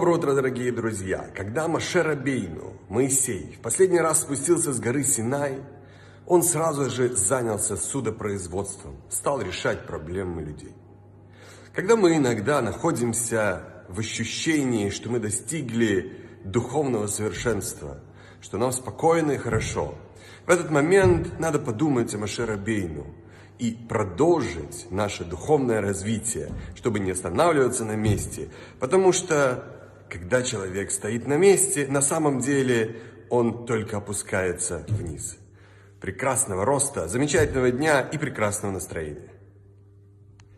Доброе утро, дорогие друзья! Когда Моше Рабейну, Моисей, в последний раз спустился с горы Синай, он сразу же занялся судопроизводством, стал решать проблемы людей. Когда мы иногда находимся в ощущении, что мы достигли духовного совершенства, что нам спокойно и хорошо, в этот момент надо подумать о Моше Рабейну и продолжить наше духовное развитие, чтобы не останавливаться на месте. Потому что, когда человек стоит на месте, на самом деле он только опускается вниз. Прекрасного роста, замечательного дня и прекрасного настроения.